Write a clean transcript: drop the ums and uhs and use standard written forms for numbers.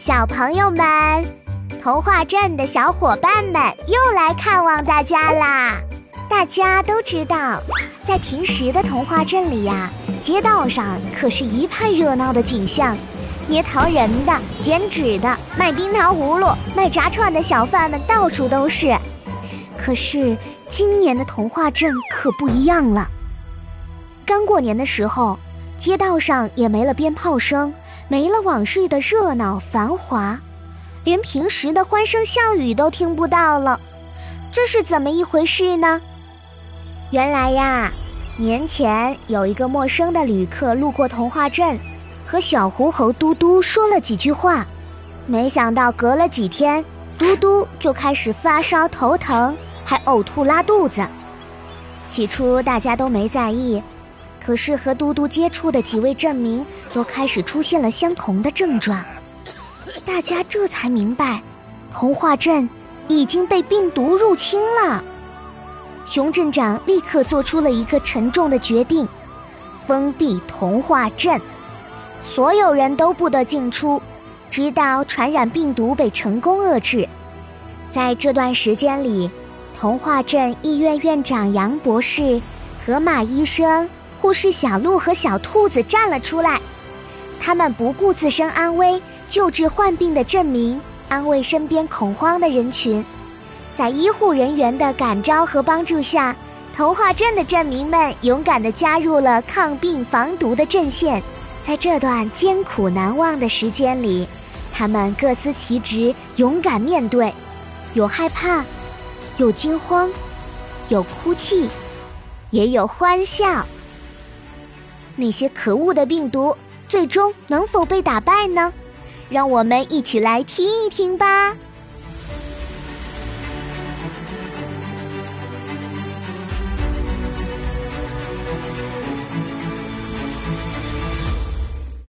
小朋友们，童话镇的小伙伴们又来看望大家啦！大家都知道，在平时的童话镇里呀，街道上可是一派热闹的景象，捏陶人的、剪纸的、卖冰糖葫芦、卖炸串的小贩们到处都是。可是今年的童话镇可不一样了。刚过年的时候，街道上也没了鞭炮声，没了往日的热闹繁华，连平时的欢声笑语都听不到了。这是怎么一回事呢？原来呀，年前有一个陌生的旅客路过童话镇，和小狐猴嘟嘟说了几句话，没想到隔了几天，嘟嘟就开始发烧头疼，还呕吐拉肚子。起初大家都没在意，可是和嘟嘟接触的几位镇民都开始出现了相同的症状，大家这才明白，童话镇已经被病毒入侵了。熊镇长立刻做出了一个沉重的决定，封闭童话镇，所有人都不得进出，直到传染病毒被成功遏制。在这段时间里，童话镇医院院长杨博士、河马医生、护士小鹿和小兔子站了出来，他们不顾自身安危，救治患病的镇民，安慰身边恐慌的人群。在医护人员的感召和帮助下，童话镇的镇民们勇敢地加入了抗病防毒的阵线。在这段艰苦难忘的时间里，他们各司其职，勇敢面对，有害怕，有惊慌，有哭泣，也有欢笑。那些可恶的病毒最终能否被打败呢？让我们一起来听一听吧。